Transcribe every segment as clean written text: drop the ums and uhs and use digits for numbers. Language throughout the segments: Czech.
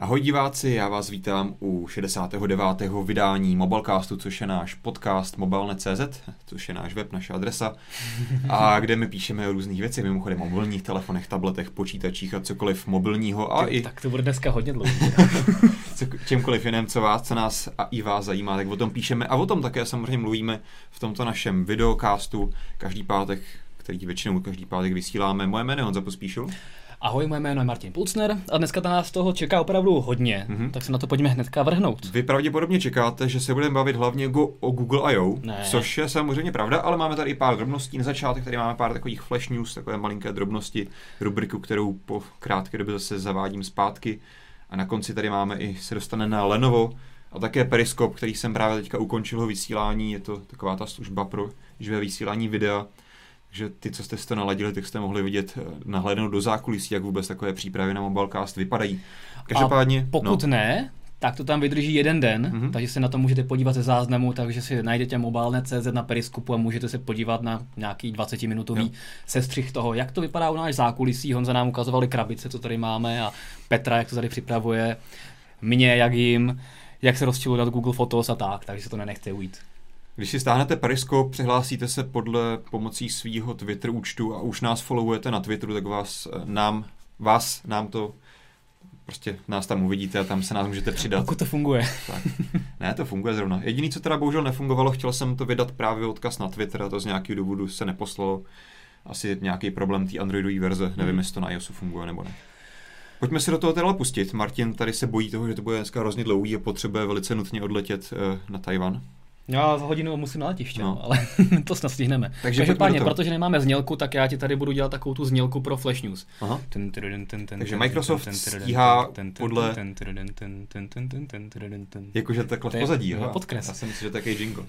Ahoj diváci, já vás vítám u 69. vydání Mobilecastu, což je náš podcast mobilne.cz, což je náš web, naše adresa, a kde my píšeme o různých věcech, mimochodem o mobilních telefonech, tabletech, počítačích a cokoliv mobilního. Tak to bude dneska hodně dlouho. Čemkoliv jiném, co nás a i vás zajímá, tak o tom píšeme a o tom také samozřejmě mluvíme v tomto našem videocastu každý pátek, který většinou každý pátek vysíláme. Moje jméno je Honza Pospíšil. Ahoj, moje jméno je Martin Pulcner a dneska nás toho čeká opravdu hodně, tak se na to pojďme hnedka vrhnout. Vy pravděpodobně čekáte, že se budeme bavit hlavně o Google I.O., což je samozřejmě pravda, ale máme tady i pár drobností. Na začátek tady máme pár takových flash news, takové malinké drobnosti, rubriku, kterou po krátké době zase zavádím zpátky. A na konci tady máme i, se dostane na Lenovo a také Periscope, který jsem právě teďka ukončil ho vysílání. Je to taková ta služba pro živé vysílání videa. Takže ty, co jste si to naladili, tak jste mohli vidět, nahlédnout do zákulisí, jak vůbec takové přípravy na Mobilecast vypadají. Každopádně, a pokud ne, tak to tam vydrží jeden den, takže se na to můžete podívat ze záznamu, takže si najdete mobilne.cz na Periscopu a můžete se podívat na nějaký 20-minutový sestřih toho, jak to vypadá u náš zákulisí. Honza nám ukazovali krabice, co tady máme, a Petra, jak to tady připravuje, mě, jak jim, jak se rozčiluje dát Google Fotos a tak, takže se to nenechte ujít. Když si stáhnete Periscope, přihlásíte se pomocí svýho Twitter účtu a už nás followujete na Twitteru, tak nám to prostě nás tam uvidíte a tam se nás můžete přidat. Pokud to funguje. Tak. Ne, to funguje zrovna. Jediný, co teda bohužel nefungovalo, chtěl jsem to vydat právě odkaz na Twitter a to z nějakého důvodu se neposlalo. Asi nějaký problém té Androidové verze, nevím, jestli to na iOSu funguje nebo ne. Pojďme se do toho teda pustit. Martin tady se bojí toho, že to bude dneska hrozně dlouhý a potřebuje velice nutně odletět na Tajvan. Já za hodinu musím na letiště, ale to snad stihneme. Takže každopádně, protože nemáme znělku, tak já ti tady budu dělat takovou tu znělku pro Flash News. Takže Microsoft stíhá podle... Jakože takhle v pozadí. Podkres. Já si myslím, že to je takový jingle.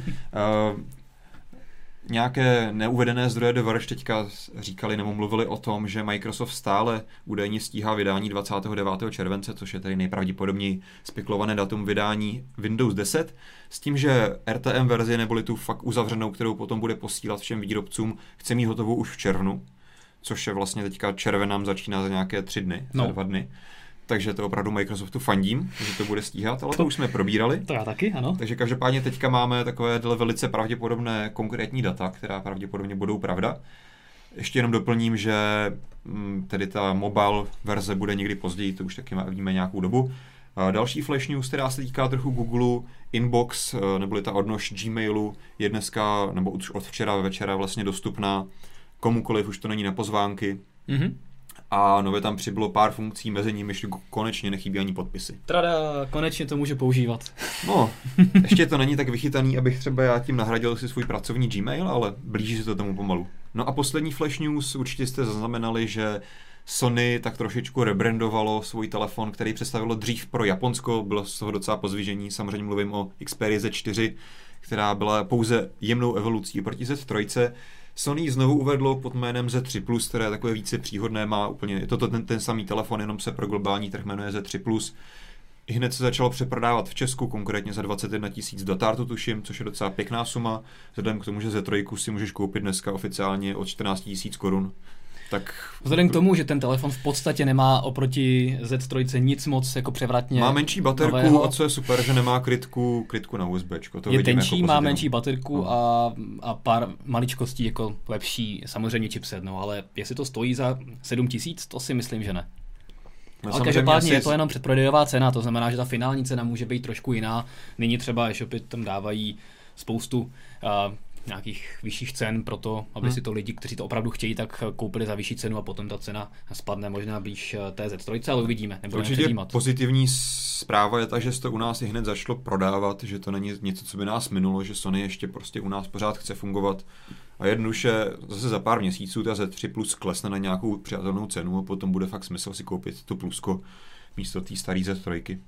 Nějaké neuvedené zdroje The Verge teďka říkali nebo mluvili o tom, že Microsoft stále údajně stíhá vydání 29. července, což je tady nejpravděpodobněji spekulované datum vydání Windows 10, s tím, že RTM verzi neboli tu fakt uzavřenou, kterou potom bude posílat všem výrobcům, chce mít hotovou už v červnu, což je vlastně teďka červen nám začíná za nějaké 3 dny, za 2 dny. Takže to opravdu Microsoftu fandím, že to bude stíhat, ale to už jsme probírali. To já taky, ano. Takže každopádně teďka máme takové velice pravděpodobné konkrétní data, která pravděpodobně budou pravda. Ještě jenom doplním, že tedy ta mobile verze bude někdy později, to už taky víme nějakou dobu. Další flash news, která se týká trochu Google, Inbox, neboli ta odnož Gmailu, je dneska, nebo už od včera večera vlastně dostupná komukoliv, už to není na pozvánky. A nově tam přibylo pár funkcí, mezi nimi konečně nechybí ani podpisy. Trada, konečně to může používat. No, ještě to není tak vychytaný, abych třeba já tím nahradil si svůj pracovní Gmail, ale blíží se to tomu pomalu. No a poslední flash news, určitě jste zaznamenali, že Sony tak trošičku rebrandovalo svůj telefon, který představilo dřív pro Japonsko, bylo z toho docela pozvížení, samozřejmě mluvím o Xperia Z4, která byla pouze jemnou evolucí proti Z3. Sony znovu uvedlo pod jménem Z3+, které je takové více příhodné, má úplně, je to ten samý telefon, jenom se pro globální trh jmenuje Z3+. I hned se začalo přeprodávat v Česku, konkrétně za 21 000 v Datartu tuším, což je docela pěkná suma, vzhledem k tomu, že Z3 si můžeš koupit dneska oficiálně od 14 000 korun. Tak vzhledem k tomu, že ten telefon v podstatě nemá oproti Z3 nic moc jako převratně. Má menší baterku nového. A co je super, že nemá krytku na USBčko. To je tenčí, jako má menší baterku a pár maličkostí jako lepší, samozřejmě chipset, no, ale jestli to stojí za 7 000, to si myslím, že ne. No, ale každopádně je to jenom předprodejová cena, to znamená, že ta finální cena může být trošku jiná. Nyní třeba e-shopy tam dávají spoustu nějakých vyšších cen pro to, aby si to lidi, kteří to opravdu chtějí, tak koupili za vyšší cenu a potom ta cena spadne možná blíž té Z3, ale uvidíme. Určitě pozitivní zpráva je ta, že se to u nás i hned začalo prodávat, že to není něco, co by nás minulo, že Sony ještě prostě u nás pořád chce fungovat a jednoduše zase za pár měsíců ta Z3 Plus klesne na nějakou přijatelnou cenu a potom bude fakt smysl si koupit tu plusko místo té staré Z3.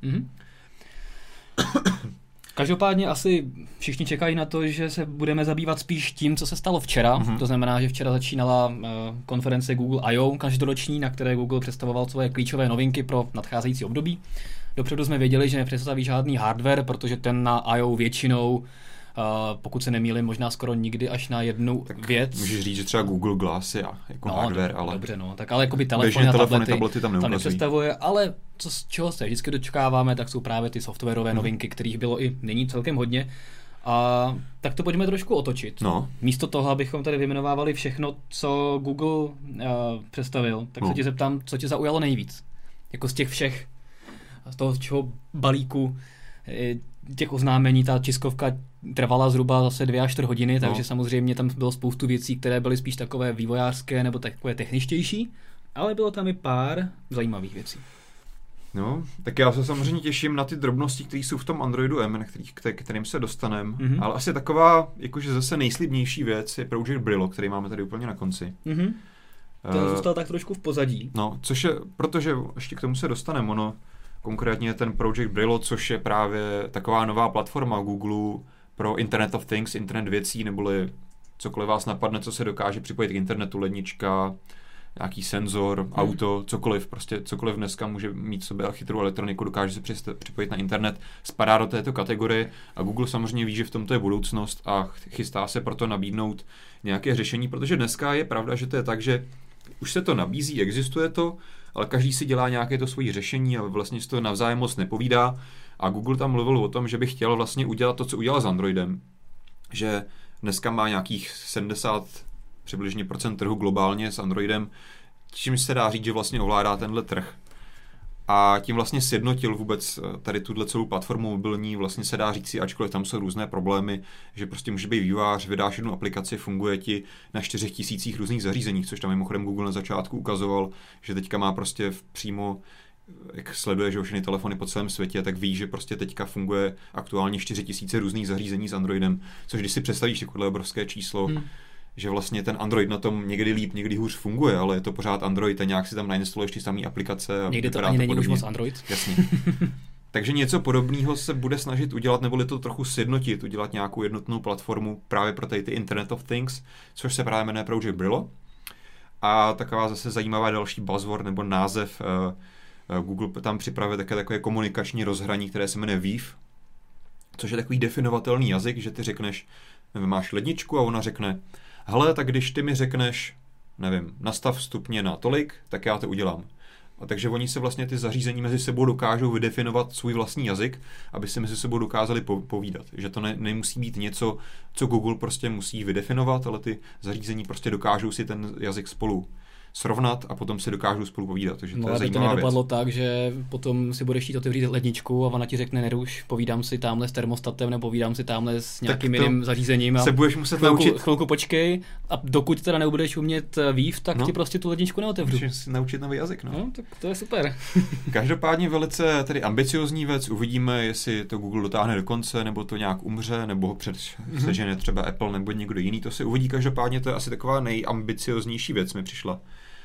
Každopádně asi všichni čekají na to, že se budeme zabývat spíš tím, co se stalo včera. To znamená, že včera začínala konference Google I.O. každoroční, na které Google představoval svoje klíčové novinky pro nadcházející období. Dopředu jsme věděli, že nepředstaví žádný hardware, protože ten na I.O. většinou, pokud se nemýlím, možná skoro nikdy až na jednu věc. Můžeš říct, že třeba Google Glass je jako hardware, ale... Dobře, no, tak ale jakoby telefony a tablety tam nepředstavuje, ale z čeho se vždycky dočkáváme, tak jsou právě ty softwarové novinky, kterých bylo i nyní celkem hodně. A tak to pojďme trošku otočit. No. Místo toho, abychom tady vyjmenovávali všechno, co Google představil, tak se tě zeptám, co tě zaujalo nejvíc. Jako z těch všech, z toho čeho balíku těch oznámení, ta tiskovka trvala zhruba zase 2 až 4 hodiny, takže samozřejmě tam bylo spoustu věcí, které byly spíš takové vývojářské nebo takové techničtější, ale bylo tam i pár zajímavých věcí. No, tak já se samozřejmě těším na ty drobnosti, které jsou v tom Androidu M, kterým se dostaneme, ale asi taková, jakože zase nejslibnější věc je Project Brillo, který máme tady úplně na konci. To zůstal tak trošku v pozadí. No, což je, protože ještě k tomu se dostaneme, ono konkrétně ten Project Brillo, což je právě taková nová platforma Google pro Internet of Things, internet věcí, neboli cokoliv vás napadne, co se dokáže připojit k internetu, lednička, nějaký senzor, auto, cokoliv dneska může mít v sobě chytrou elektroniku, dokáže se připojit na internet, spadá do této kategorie a Google samozřejmě ví, že v tomto je budoucnost a chystá se proto nabídnout nějaké řešení, protože dneska je pravda, že to je tak, že už se to nabízí, existuje to, ale každý si dělá nějaké to svoje řešení a vlastně si to navzájem moc nepovídá a Google tam mluvil o tom, že by chtěl vlastně udělat to, co udělal s Androidem, že dneska má nějakých 70 přibližně procent trhu globálně s Androidem, čímž se dá říct, že vlastně ovládá tenhle trh. A tím vlastně sjednotil vůbec tady tuhle celou platformu mobilní, vlastně se dá říct si, ačkoliv tam jsou různé problémy, že prostě může být vývojář, vydáš jednu aplikaci, funguje ti na 4000 různých zařízeních, což tam mimochodem Google na začátku ukazoval, že teďka má prostě přímo, jak sleduje, že všechny telefony po celém světě, tak ví, že prostě teďka funguje aktuálně 4000 různých zařízení s Androidem, což když si představíš takové obrovské číslo, že vlastně ten Android na tom někdy líp, někdy hůř funguje, ale je to pořád Android a nějak si tam nainstaluješ ty samé aplikace. A někdy to ani není už moc Android. Jasně. Takže něco podobného se bude snažit udělat, neboli to trochu sjednotit, udělat nějakou jednotnou platformu právě pro tady ty Internet of Things, což se právě jmenuje Project Brillo. A taková zase zajímavá další buzzword nebo název, Google tam připravuje také takové komunikační rozhraní, které se jmenuje Weave, což je takový definovatelný jazyk, že ty řekneš, máš ledničku a ona řekne, hele, tak když ty mi řekneš, nevím, nastav stupně na tolik, tak já to udělám. A takže oni se vlastně ty zařízení mezi sebou dokážou vydefinovat svůj vlastní jazyk, aby se mezi sebou dokázali povídat. Že to nemusí být něco, co Google prostě musí vydefinovat, ale ty zařízení prostě dokážou si ten jazyk spolu srovnat a potom si dokážou spolu povídat. Takže to je zajímavá to nedopadlo tak, že potom si budeš chtít otevřít ledničku a ona ti řekne neruš, povídám si tamhle s termostatem nebo povídám si tamhle s nějakým jiným zařízením a se budeš muset naučit. Chvilku počkej a dokud teda nebudeš umět Weave, tak ti prostě tu ledničku neotevřu. Můžeš si naučit nový jazyk. No, tak to je super. Každopádně velice tedy ambiciozní věc, uvidíme, jestli to Google dotáhne do konce, nebo to nějak umře, nebo ho předsežene třeba Apple nebo někdo jiný, to se uvidí. Každopádně to je asi taková nejambicioznější věc mi přišla.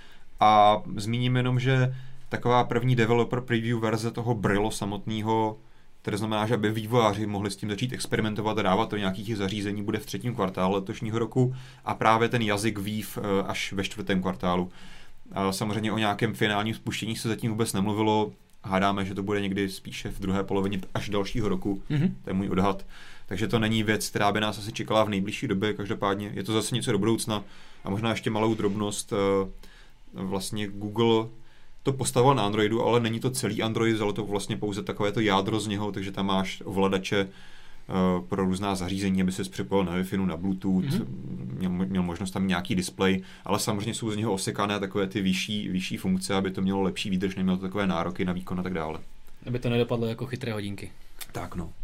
A zmíním jenom, že taková první developer preview verze toho Brillo samotného, které znamená, že aby vývojáři mohli s tím začít experimentovat a dávat do nějakých zařízení, bude v 3. kvartálu letošního roku a právě ten jazyk Weave až ve 4. kvartálu. A samozřejmě o nějakém finálním spuštění se zatím vůbec nemluvilo. Hádáme, že to bude někdy spíše v druhé polovině až dalšího roku. To je můj odhad. Takže to není věc, která by nás asi čekala v nejbližší době. Každopádně je to zase něco do budoucna a možná ještě malou drobnost. Vlastně Google to postavil na Androidu, ale není to celý Android, ale to vlastně pouze takové to jádro z něho, takže tam máš ovladače pro různá zařízení, aby ses připojil na Wi-Fi, na Bluetooth, měl možnost tam nějaký displej, ale samozřejmě jsou z něho osekané takové ty vyšší funkce, aby to mělo lepší výdrž, nemělo to takové nároky na výkon a tak dále. Aby to nedopadlo jako chytré hodinky. Tak no.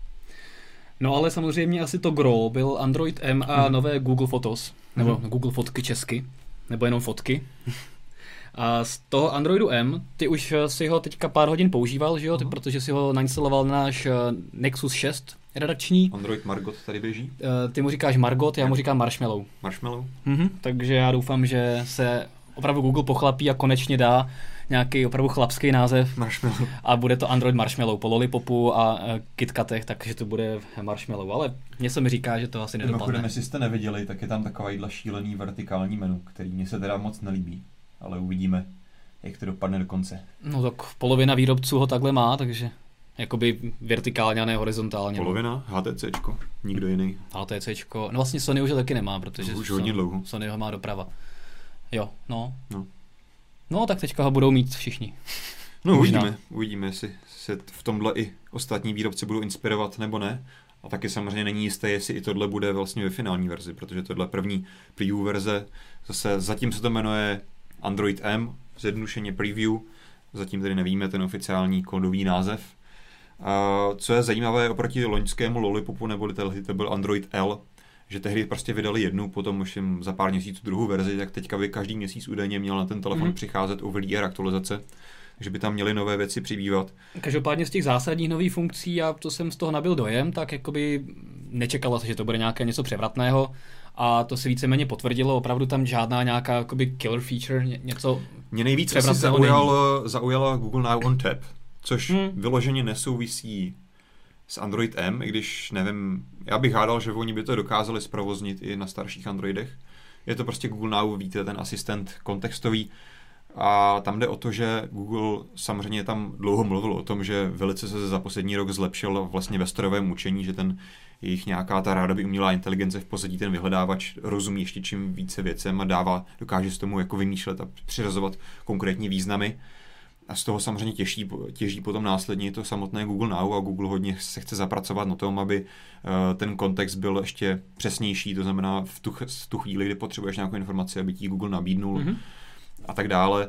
No ale samozřejmě asi to gro byl Android M a nové Google Photos, nebo Google Fotky česky, nebo jenom fotky. A z toho Androidu M, ty už si ho teďka pár hodin používal, že jo? Protože si ho nainstaloval na náš Nexus 6 redakční. Android Margot tady běží. Ty mu říkáš Margot, já mu říkám Marshmallow. Marshmallow? Takže já doufám, že se opravdu Google pochlapí a konečně dá nějaký opravdu chlapský název. Marshmallow. A bude to Android Marshmallow po Lollipopu a KitKatech, takže to bude Marshmallow. Ale něco mi říká, že to asi nedopadne. Mimochodem, jestli jste neviděli, tak je tam takovýhle šílený vertikální menu, který mně se teda moc nelíbí. Ale uvidíme, jak to dopadne do konce. No tak polovina výrobců ho takhle má, takže jakoby vertikálně a ne horizontálně. Polovina? HTCčko, nikdo jiný. HTCčko, no vlastně Sony už ho taky nemá, protože už hodně dlouho. Sony ho má doprava. Jo, no, tak teďka ho budou mít všichni. No uvidíme, jestli se v tomhle i ostatní výrobci budou inspirovat nebo ne. A taky samozřejmě není jisté, jestli i tohle bude vlastně ve finální verzi, protože tohle první preview verze, zase zatím se to jmenuje Android M, zjednodušeně preview, zatím tedy nevíme ten oficiální kódový název. Co je zajímavé oproti loňskému Lollipopu, neboli to byl Android L, že tehdy prostě vydali jednu, potom už jim za pár měsíců druhou verzi, tak teďka by každý měsíc údajně měl na ten telefon přicházet over-the-air aktualizace, že by tam měly nové věci přibývat. Každopádně z těch zásadních nových funkcí, a to jsem z toho nabyl dojem, tak jakoby nečekalo se, že to bude nějaké něco převratného a to se víceméně potvrdilo, opravdu tam žádná nějaká jakoby killer feature, něco mě nejvíc asi zaujala Google Now on Tap, což vyloženě nesouvisí s Android M, i když nevím, já bych hádal, že oni by to dokázali zprovoznit i na starších Androidech. Je to prostě Google Now, víte, ten asistent kontextový. A tam jde o to, že Google samozřejmě tam dlouho mluvil o tom, že velice se za poslední rok zlepšil vlastně ve strojovém učení, že ten jejich nějaká ta rádoby umělá inteligence v pozadí, ten vyhledávač rozumí ještě čím více věcem a dokáže s tomu jako vymýšlet a přirazovat konkrétní významy. A z toho samozřejmě těží potom následně to samotné Google Now a Google hodně se chce zapracovat na tom, aby ten kontext byl ještě přesnější, to znamená v tu chvíli, kdy potřebuješ nějakou informaci, aby ti Google nabídnul a tak dále.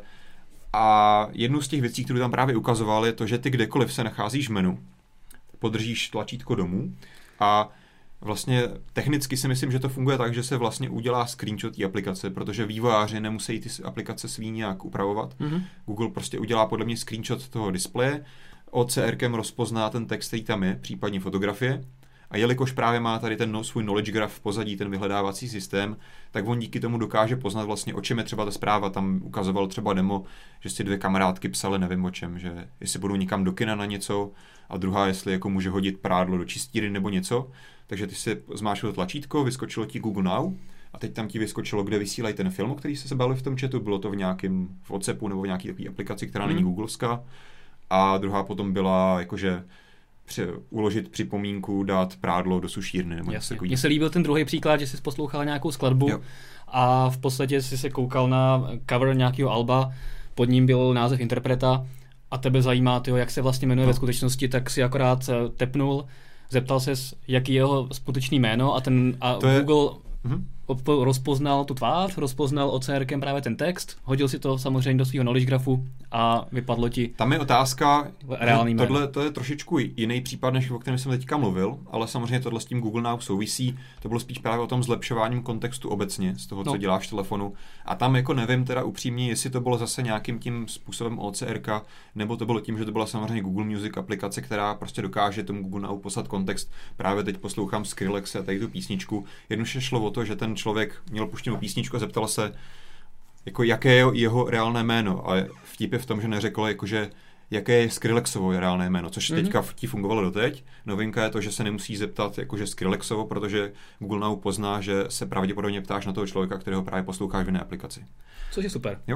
A jednu z těch věcí, kterou tam právě ukazoval, je to, že ty kdekoliv se nacházíš v menu, podržíš tlačítko domů a vlastně technicky si myslím, že to funguje tak, že se vlastně udělá screenshot té aplikace, protože vývojáři nemusí ty aplikace svý nějak upravovat. Google prostě udělá podle mě screenshot toho displeje, OCR-kem rozpozná ten text, který tam je, případně fotografie. A jelikož právě má tady ten svůj knowledge graph v pozadí, ten vyhledávací systém, tak on díky tomu dokáže poznat vlastně, o čem je třeba ta zpráva. Tam ukazoval třeba demo, že si dvě kamarádky psaly nevím o čem, že jestli budou někam do kina na něco a druhá, jestli jako může hodit prádlo do čistírny nebo něco. Takže ty si zmáčkl tlačítko, vyskočilo ti Google Now a teď tam ti vyskočilo, kde vysílají ten film, který se bavili v tom chatu. Bylo to v WhatsAppu nebo v nějaké takové aplikaci, která není googleská. A druhá potom byla jakože uložit připomínku, dát prádlo do sušírny. Nebo mně se líbil ten druhý příklad, že jsi poslouchal nějakou skladbu a v podstatě jsi se koukal na cover nějakého alba, pod ním byl název interpreta a tebe zajímá, jak se vlastně jmenuje ve skutečnosti, tak si akorát tepnul, zeptal ses, jaký je jeho skutečný jméno a Google rozpoznal tu tvář, rozpoznal OCR-kem právě ten text, hodil si to samozřejmě do svého knowledge grafu a vypadlo ti. Tam je otázka, to je trošičku jiný případ, než o kterém jsem teďka mluvil, ale samozřejmě tohle s tím Google Now souvisí. To bylo spíš právě o tom zlepšováním kontextu obecně z toho, co děláš v telefonu. A tam jako nevím teda upřímně, jestli to bylo zase nějakým tím způsobem OCR-ka, nebo to bylo tím, že to byla samozřejmě Google Music aplikace, která prostě dokáže tomu Google Now poslat kontext. Právě teď poslouchám Skrillexe a tady tu písničku. Jednoduše šlo o to, že ten člověk měl puštěnou písničku a zeptal se, jako jaké je jeho reálné jméno. A vtip je v tom, že neřekl, jakože jaké je Skrillexovo reálné jméno, což teďka ti fungovalo doteď. Novinka je to, že se nemusí zeptat jakože Skrillexovo, protože Google Now pozná, že se pravděpodobně ptáš na toho člověka, kterého právě posloucháš v jiné aplikaci. Což je super. Jo.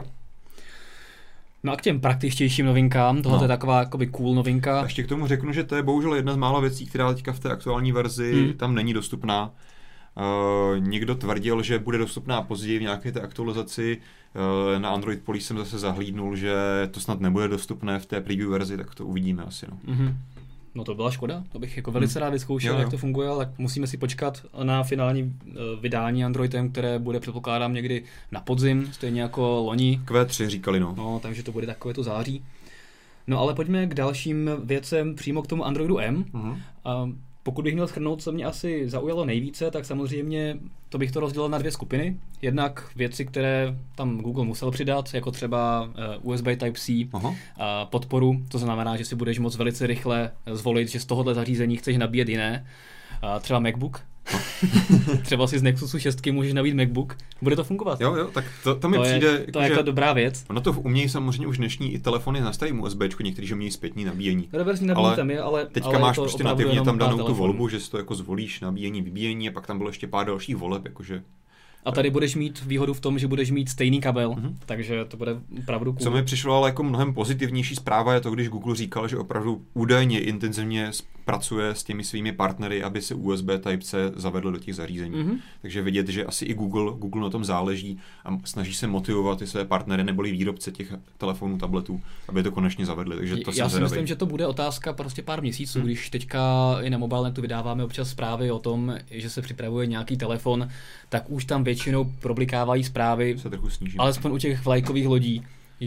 No a k těm praktičtějším novinkám, tohle je taková jakoby cool novinka. Ještě k tomu řeknu, že to je bohužel jedna z mála věcí, která teďka v té aktuální verzi tam není dostupná. Někdo tvrdil, že bude dostupná později v nějaké té aktualizaci. Na Android Police jsem zase zahlídnul, že to snad nebude dostupné v té preview verzi, tak to uvidíme asi. No to byla škoda, to bych jako velice rád vyzkoušel, jak to funguje, ale musíme si počkat na finální vydání Androidem, které bude, předpokládám, někdy na podzim, stejně jako loni. Q3 říkali, No, takže to bude takové to září. No ale pojďme k dalším věcem přímo k tomu Androidu M. Pokud bych měl shrnout, co mě asi zaujalo nejvíce, tak samozřejmě to bych to rozdělil na dvě skupiny. Jednak věci, které tam Google musel přidat, jako třeba USB Type-C podporu, to znamená, že si budeš moct velice rychle zvolit, že z tohohle zařízení chceš nabíjet jiné, třeba MacBook. Třeba si z Nexusu 6 můžeš nabít MacBook. Bude to fungovat. Jo, tak to mi přijde... To je jako dobrá věc. Ono to umějí samozřejmě už dnešní i telefony na starým USBčku, někteří umějí zpětní nabíjení. Reverzní nabíjení tam je, ale teďka máš prostě nativně tam danou tu volbu, že si to jako zvolíš nabíjení, vybíjení a pak tam bylo ještě pár dalších voleb, jakože... A tady budeš mít výhodu v tom, že budeš mít stejný kabel, takže to bude opravdu cool. Co mi přišlo ale jako mnohem pozitivnější zpráva je to, když Google říkal, že opravdu údajně intenzivně pracuje s těmi svými partnery, aby se USB Type-C zavedl do těch zařízení. Takže vidět, že asi i Google na tom záleží a snaží se motivovat ty své partnery neboli výrobce těch telefonů, tabletů, aby to konečně zavedli. Takže to já si myslím, že to bude otázka prostě pár měsíců, když teďka i na Mobilenetu vydáváme občas zprávy o tom, že se připravuje nějaký telefon, tak už tam většinou problikávají zprávy, se trochu sníží. Alespoň u těch vlajkových lodí,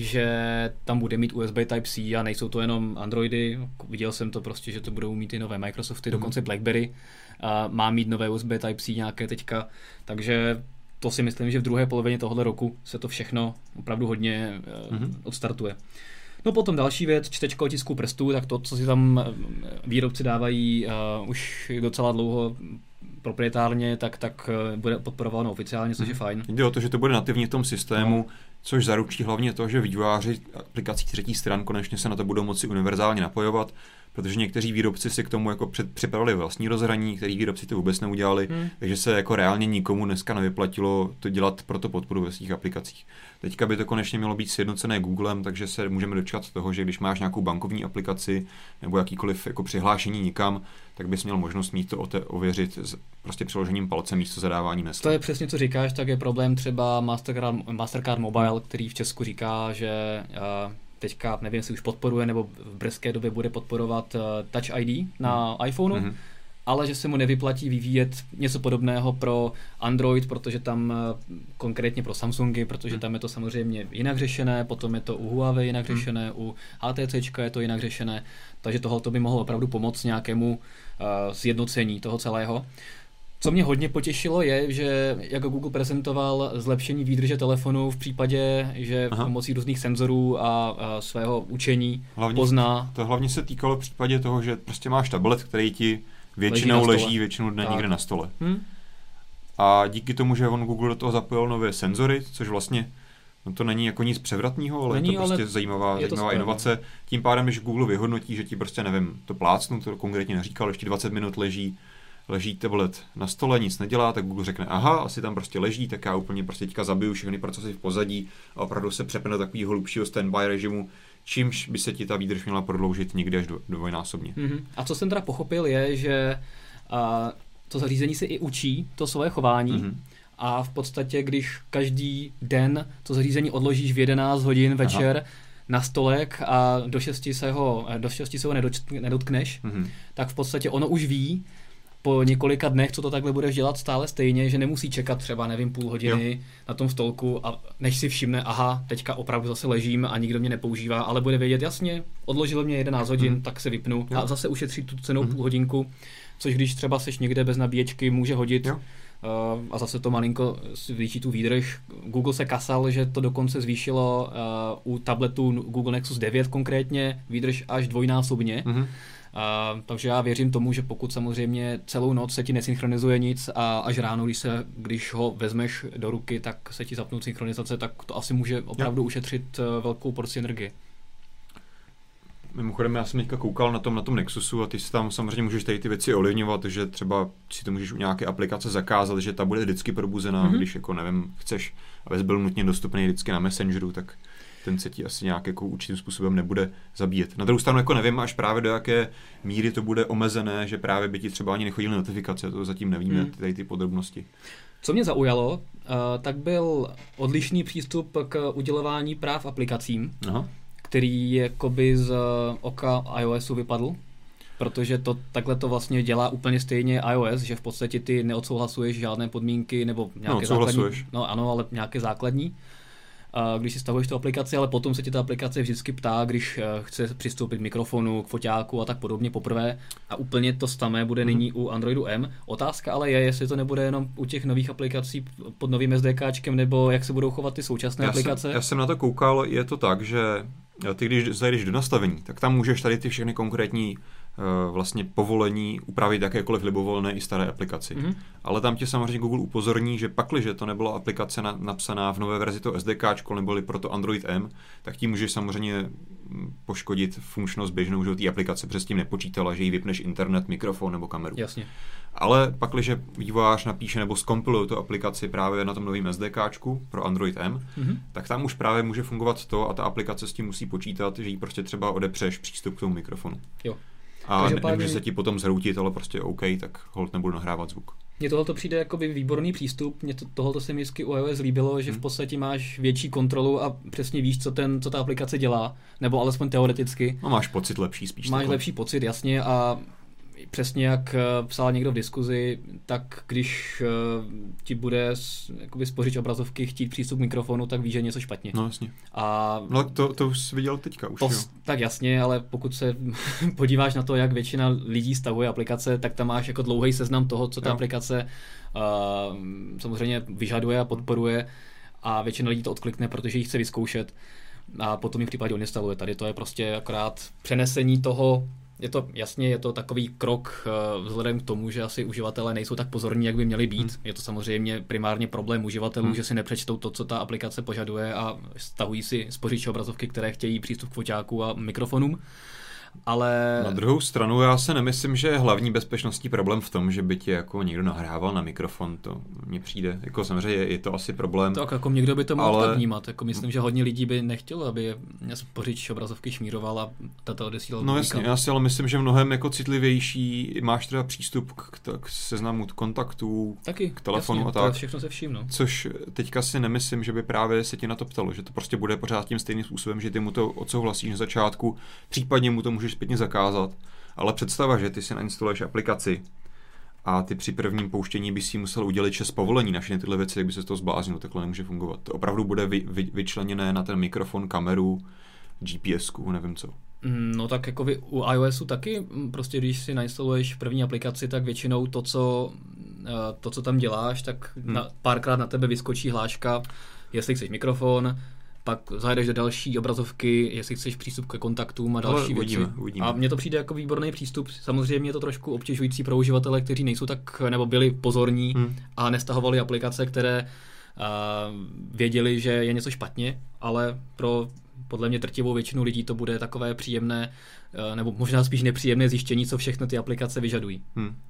že tam bude mít USB Type-C a nejsou to jenom Androidy. Viděl jsem to prostě, že to budou mít i nové Microsofty, dokonce BlackBerry má mít nové USB Type-C nějaké teďka, takže to si myslím, že v druhé polovině tohoto roku se to všechno opravdu hodně odstartuje. No potom další věc, čtečka otisků prstů, tak to, co si tam výrobci dávají už docela dlouho proprietárně, tak bude podporováno oficiálně, což je fajn. Jde o to, že to bude nativně v tom systému, což zaručí hlavně to, že vývojáři aplikací třetích stran konečně se na to budou moci univerzálně napojovat, protože někteří výrobci si k tomu jako připravili vlastní rozhraní, který výrobci to vůbec neudělali, takže se jako reálně nikomu dneska nevyplatilo to dělat pro to podporu ve svých aplikacích. Teďka by to konečně mělo být sjednocené Googlem, takže se můžeme dočkat toho, že když máš nějakou bankovní aplikaci nebo jakýkoliv jako přihlášení nikam, tak bys měl možnost mít to ověřit prostě přiložením palce místo zadávání hesla. To je přesně, co říkáš, tak je problém třeba Mastercard Mobile, který v Česku říká, že teďka, nevím, jestli už podporuje, nebo v brzké době bude podporovat Touch ID na iPhoneu, ale že se mu nevyplatí vyvíjet něco podobného pro Android, protože tam konkrétně pro Samsungy, protože tam je to samozřejmě jinak řešené, potom je to u Huawei jinak řešené, u HTC je to jinak řešené, takže tohoto by mohlo opravdu pomoct nějakému sjednocení toho celého. Co mě hodně potěšilo je, že jak Google prezentoval zlepšení výdrže telefonu v případě, že pomocí různých senzorů a svého učení pozná. To hlavně se týkalo v případě toho, že prostě máš tablet, který ti většinou leží většinu dne někde na stole. A díky tomu, že Google do toho zapojil nové senzory, což vlastně to není jako nic převratného, ale je to prostě zajímavá inovace. Tím pádem, když Google vyhodnotí, že ti prostě, nevím, to plácnu, to konkrétně neříkal, ještě 20 minut leží tablet na stole, nic nedělá, tak Google řekne, aha, asi tam prostě leží, tak já úplně prostě teďka zabiju všechny procesy v pozadí a opravdu se přepne do takového hlubšího standby režimu, čímž by se ti ta výdrž měla prodloužit někdy až dvojnásobně. A co jsem teda pochopil je, že to zařízení se i učí to svoje chování a v podstatě, když každý den to zařízení odložíš v 11 hodin večer na stolek a do 6 se ho nedotkneš, tak v podstatě ono už ví, po několika dnech, co to takhle budeš dělat stále stejně, že nemusí čekat třeba, nevím, půl hodiny na tom stolku a než si všimne, aha, teďka opravdu zase ležím a nikdo mě nepoužívá, ale bude vědět, jasně, odložil mě 11 hodin, tak se vypnu a zase ušetří tu cenou půl hodinku, což když třeba seš někde bez nabíječky, může hodit a zase to malinko zvýší tu výdrž. Google se kasal, že to dokonce zvýšilo u tabletu Google Nexus 9 konkrétně výdrž až dvojnásobně. Takže já věřím tomu, že pokud samozřejmě celou noc se ti nesynchronizuje nic a až ráno, když ho vezmeš do ruky, tak se ti zapnou synchronizace, tak to asi může opravdu ušetřit velkou porci energie. Mimochodem, já jsem teďka koukal na tom Nexusu a ty si tam samozřejmě můžeš tady ty věci ovlivňovat, že třeba si to můžeš u nějaké aplikace zakázat, že ta bude vždycky probuzená, když jako nevím, chceš, abys byl nutně dostupný vždycky na Messengeru, tak ten se ti asi nějak jako určitým způsobem nebude zabíjet. Na druhou stranu jako nevím až právě do jaké míry to bude omezené, že právě by ti třeba ani nechodily notifikace, to zatím nevíme, tady ty podrobnosti. Co mě zaujalo, tak byl odlišný přístup k udělování práv aplikacím, který jakoby z oka iOSu vypadl, protože takhle to vlastně dělá úplně stejně iOS, že v podstatě ty neodsouhlasuješ žádné podmínky nebo nějaké základní. No ano, ale nějaké základní. Když si stahuješ tu aplikaci, ale potom se ti ta aplikace vždycky ptá, když chce přistoupit k mikrofonu, k foťáku a tak podobně poprvé a úplně to samé bude nyní u Androidu M. Otázka ale je, jestli to nebude jenom u těch nových aplikací pod novým SDKčkem, nebo jak se budou chovat ty současné aplikace. Já jsem na to koukal, je to tak, že ty když zajdeš do nastavení, tak tam můžeš tady ty všechny konkrétní vlastně povolení upravit jakékoliv libovolné i staré aplikaci. Ale tam tě samozřejmě Google upozorní, že pakliže to nebyla aplikace napsaná v nové verzi toho SDKčko neboli proto Android M, tak tím můžeš samozřejmě poškodit funkčnost běžnou, že té aplikace přes tím nepočítala, že jí vypneš internet, mikrofon nebo kameru. Jasně. Ale pakliže vývojář napíše nebo zkompiluje tu aplikaci právě na tom novém SDKčku pro Android M, tak tam už právě může fungovat to a ta aplikace s tím musí počítat, že jí prostě třeba odepřeš přístup k tomu mikrofonu. Jo. a nemůže se ti potom zhroutit, ale prostě OK, tak holt nebudu nahrávat zvuk. Mně tohle přijde jako výborný přístup, mně tohle se mi vždycky u iOS líbilo, že v podstatě máš větší kontrolu a přesně víš, co ta aplikace dělá, nebo alespoň teoreticky. No máš pocit lepší spíš. Máš lepší pocit, jasně, a přesně jak psal někdo v diskuzi, tak když ti bude jakoby spořič obrazovky chtít přístup k mikrofonu, tak víš, že je něco špatně. No jasně. A no to už jsi viděl teďka už, jo. Tak jasně, ale pokud se podíváš na to, jak většina lidí stahuje aplikace, tak tam máš jako dlouhý seznam toho, co ta aplikace samozřejmě vyžaduje a podporuje, a většina lidí to odklikne, protože ji chce vyzkoušet a potom ji v případě odinstaluje. Tady to je prostě akorát přenesení toho. Je to takový krok vzhledem k tomu, že asi uživatelé nejsou tak pozorní, jak by měli být. Je to samozřejmě primárně problém uživatelů, že si nepřečtou to, co ta aplikace požaduje, a stahují si spořiče obrazovky, které chtějí přístup k foťáku a mikrofonům. Ale na druhou stranu já se nemyslím, že je hlavní bezpečnostní problém v tom, že by ti jako někdo nahrával na mikrofon, to mně přijde. Jako samozřejmě je to asi problém. Tak jako někdo by to mohl tak vnímat. Jako myslím, že hodně lidí by nechtělo, aby spořič obrazovky šmíroval a tato odesílal. No jasně, já si ale myslím, že mnohem jako citlivější máš teda přístup k seznamu kontaktů, taky, k telefonu, jasně, a tak. To všechno se vším, no. Což teďka si nemyslím, že by právě se ti na to ptalo, že to prostě bude pořád tím stejným způsobem, že ty mu to odsouhlasíš na začátku, případně mu to můžeš zpětně zakázat, ale představa, že ty si nainstaluješ aplikaci a ty při prvním pouštění by si musel udělit 6 povolení na všechny tyhle věci, jak by se z toho zbláznil, takhle nemůže fungovat. To opravdu bude vyčleněné na ten mikrofon, kameru, GPSku, nevím co. No tak jako u iOSu taky, prostě když si nainstaluješ první aplikaci, tak většinou to, co tam děláš, tak párkrát na tebe vyskočí hláška, jestli chceš mikrofon, pak zajdeš do další obrazovky, jestli chceš přístup ke kontaktům a další věci. Uvidíme. A mně to přijde jako výborný přístup. Samozřejmě je to trošku obtěžující pro uživatele, kteří nejsou tak, nebo byli pozorní a nestahovali aplikace, které věděli, že je něco špatně, ale podle mě drtivou většinu lidí to bude takové příjemné, nebo možná spíš nepříjemné zjištění, co všechno ty aplikace vyžadují.